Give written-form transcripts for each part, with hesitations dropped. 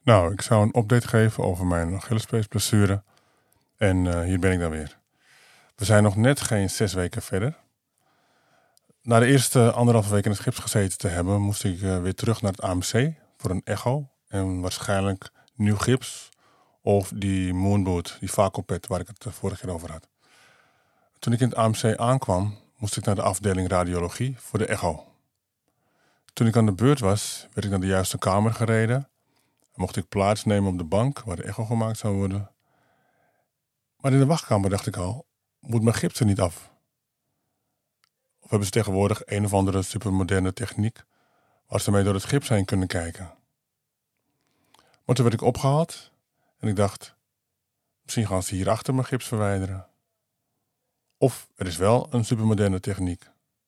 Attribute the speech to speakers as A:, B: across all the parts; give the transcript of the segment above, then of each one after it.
A: Nou, ik zou een update geven over mijn Achillespeesblessure. En hier ben ik dan weer. We zijn nog net geen 6 weken verder. Na de eerste 1,5 week in het gips gezeten te hebben, moest ik weer terug naar het AMC voor een echo. En waarschijnlijk nieuw gips of die moonboot, die Vacopet waar ik het vorige keer over had. Toen ik in het AMC aankwam, moest ik naar de afdeling radiologie voor de echo. Toen ik aan de beurt was, werd ik naar de juiste kamer gereden. Mocht ik plaatsnemen op de bank waar de echo gemaakt zou worden. Maar in de wachtkamer dacht ik al, moet mijn gips er niet af? Of hebben ze tegenwoordig een of andere supermoderne techniek waar ze mee door het gips heen kunnen kijken? Maar toen werd ik opgehaald en ik dacht, misschien gaan ze hierachter mijn gips verwijderen. Of er is wel een supermoderne techniek.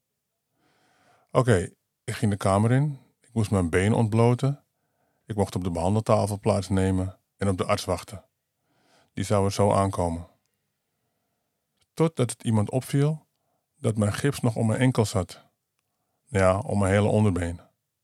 A: Oké, ik ging de kamer in, ik moest mijn been ontbloten, ik mocht op de behandeltafel plaatsnemen en op de arts wachten. Die zou er zo aankomen. Totdat het iemand opviel dat mijn gips nog om mijn enkel zat. Ja, om mijn hele onderbeen.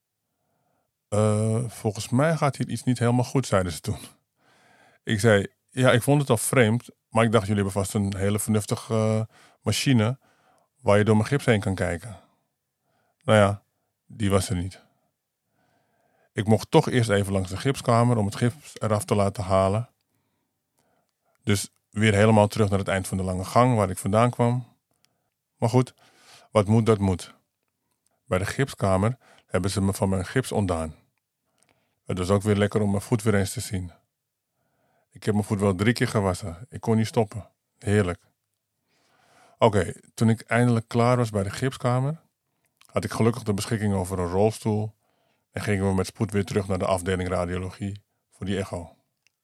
A: Volgens mij gaat hier iets niet helemaal goed, zeiden ze toen. Ik zei, ja, ik vond het al vreemd, maar ik dacht, jullie hebben vast een hele vernuftige machine waar je door mijn gips heen kan kijken. Nou ja, die was er niet. Ik mocht toch eerst even langs de gipskamer om het gips eraf te laten halen. Dus weer helemaal terug naar het eind van de lange gang waar ik vandaan kwam. Maar goed, wat moet, dat moet. Bij de gipskamer hebben ze me van mijn gips ontdaan. Het was ook weer lekker om mijn voet weer eens te zien. Ik heb mijn voet wel 3 keer gewassen. Ik kon niet stoppen. Heerlijk. Oké, toen ik eindelijk klaar was bij de gipskamer, had ik gelukkig de beschikking over een rolstoel en gingen we met spoed weer terug naar de afdeling radiologie voor die echo.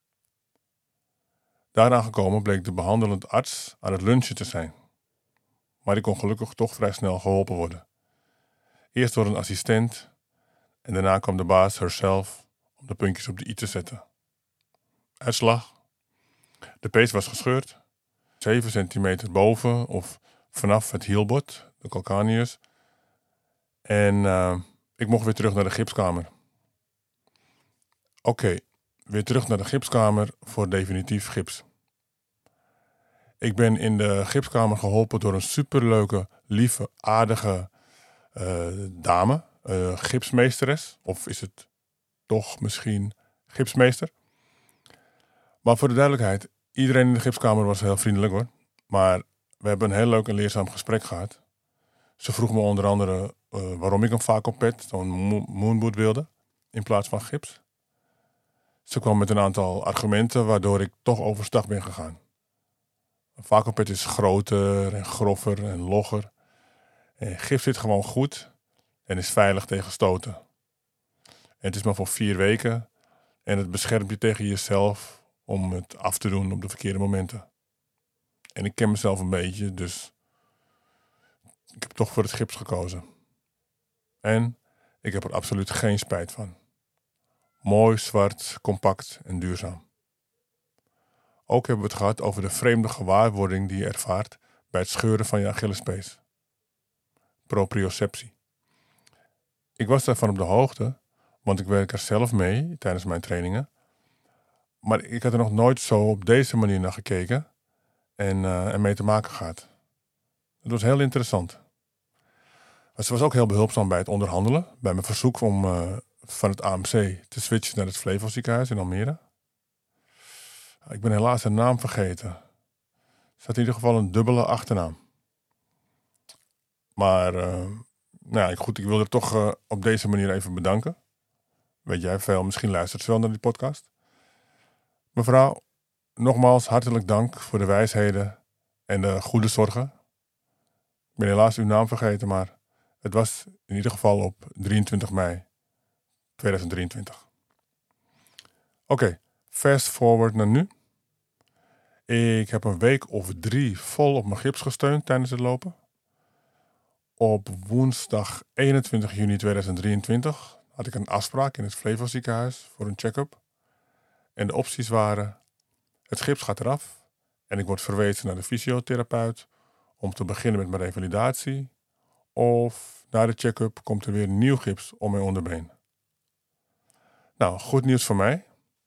A: Daar aangekomen bleek de behandelend arts aan het lunchen te zijn. Maar die kon gelukkig toch vrij snel geholpen worden. Eerst door een assistent en daarna kwam de baas herself om de puntjes op de i te zetten. Uitslag. De pees was gescheurd. 7 centimeter boven of vanaf het hielbord, de calcaneus. En ik mocht weer terug naar de gipskamer. Oké, weer terug naar de gipskamer voor definitief gips. Ik ben in de gipskamer geholpen door een superleuke, lieve, aardige dame. Gipsmeesteres. Of is het toch misschien gipsmeester? Maar voor de duidelijkheid, iedereen in de gipskamer was heel vriendelijk hoor. Maar we hebben een heel leuk en leerzaam gesprek gehad. Ze vroeg me onder andere waarom ik een Vacopet, zo'n moonboot wilde, in plaats van gips. Ze kwam met een aantal argumenten waardoor ik toch overstag ben gegaan. Een Vacopet is groter en groffer en logger. En gips zit gewoon goed en is veilig tegen stoten. En het is maar voor 4 weken en het beschermt je tegen jezelf om het af te doen op de verkeerde momenten. En ik ken mezelf een beetje, dus ik heb toch voor het gips gekozen. En ik heb er absoluut geen spijt van. Mooi, zwart, compact en duurzaam. Ook hebben we het gehad over de vreemde gewaarwording die je ervaart bij het scheuren van je Achillespees. Proprioceptie. Ik was daarvan op de hoogte, want ik werk er zelf mee tijdens mijn trainingen. Maar ik had er nog nooit zo op deze manier naar gekeken en mee te maken gehad. Het was heel interessant. Ze was ook heel behulpzaam bij het onderhandelen, bij mijn verzoek om van het AMC te switchen naar het Flevo ziekenhuis in Almere. Ik ben helaas haar naam vergeten. Er staat in ieder geval een dubbele achternaam. Maar goed, ik wil er toch op deze manier even bedanken. Weet jij veel, misschien luistert ze wel naar die podcast. Mevrouw, nogmaals hartelijk dank voor de wijsheden en de goede zorgen. Ik ben helaas uw naam vergeten, maar het was in ieder geval op 23 mei 2023. Oké, fast forward naar nu. Ik heb een week of 3 vol op mijn gips gesteund tijdens het lopen. Op woensdag 21 juni 2023 had ik een afspraak in het Flevo ziekenhuis voor een check-up. En de opties waren: het gips gaat eraf en ik word verwezen naar de fysiotherapeut om te beginnen met mijn revalidatie. Of na de check-up komt er weer nieuw gips om mijn onderbeen. Nou, goed nieuws voor mij.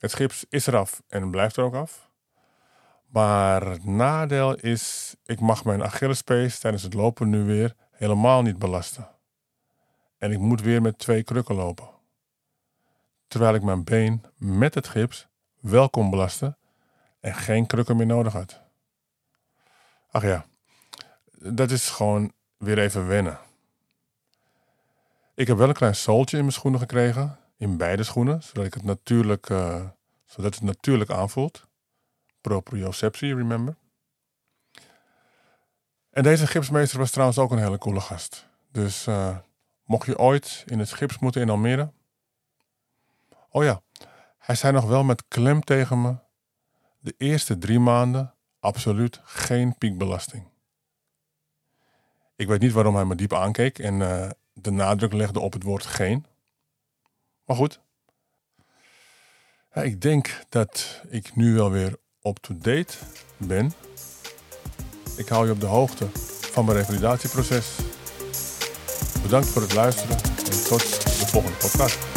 A: Het gips is eraf en blijft er ook af. Maar het nadeel is, ik mag mijn Achillespees tijdens het lopen nu weer helemaal niet belasten. En ik moet weer met 2 krukken lopen. Terwijl ik mijn been met het gips wel kon belasten en geen krukken meer nodig had. Ach ja, dat is gewoon weer even wennen. Ik heb wel een klein zooltje in mijn schoenen gekregen, in beide schoenen, zodat het natuurlijk aanvoelt. Proprioceptie, remember. En deze gipsmeester was trouwens ook een hele coole gast. Dus mocht je ooit in het gips moeten in Almere. Oh ja, hij zei nog wel met klem tegen me: de eerste 3 maanden absoluut geen piekbelasting. Ik weet niet waarom hij me diep aankeek en de nadruk legde op het woord geen. Maar goed. Ja, ik denk dat ik nu wel weer up-to-date ben. Ik hou je op de hoogte van mijn revalidatieproces. Bedankt voor het luisteren en tot de volgende podcast.